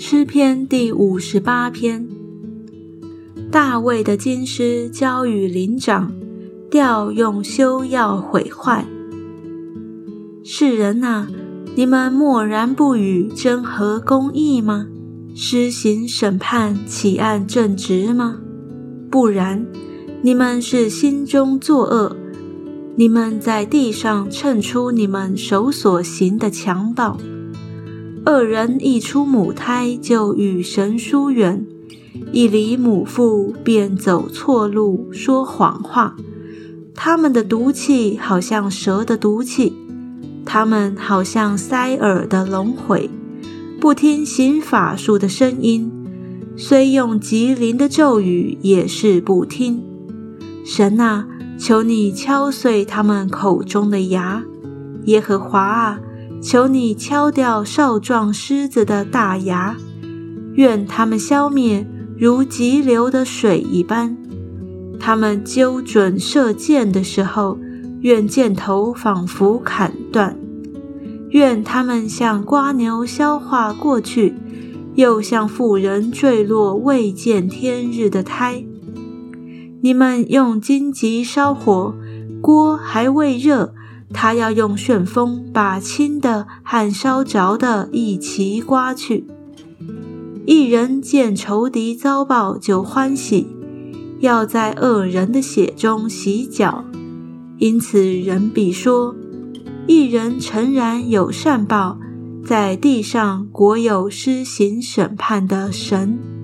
诗篇第58篇。大卫的金狮交与灵长，调用修要毁坏。世人啊，你们默然不语，真合公义吗？施行审判，岂按正直吗？不然，你们是心中作恶，你们在地上称出你们手所行的强暴。恶人一出母胎，就与神疏远，一离母腹，便走错路，说谎话。他们的毒气好像蛇的毒气，他们好像塞耳的龙回，不听行法术的声音，虽用极灵的咒语，也是不听。神啊，求你敲碎他们口中的牙。耶和华啊，求你敲掉少壮狮子的大牙，愿他们消灭，如急流的水一般。他们揪准射箭的时候，愿箭头仿佛砍断。愿他们像蝸牛消化过去，又像妇人坠落未见天日的胎。你们用荆棘烧火，锅还未热，他要用旋风把轻的和烧着的一齐刮去。一人见仇敌遭报就欢喜，要在恶人的血中洗脚。因此人必说，一人诚然有善报，在地上国有施行审判的神。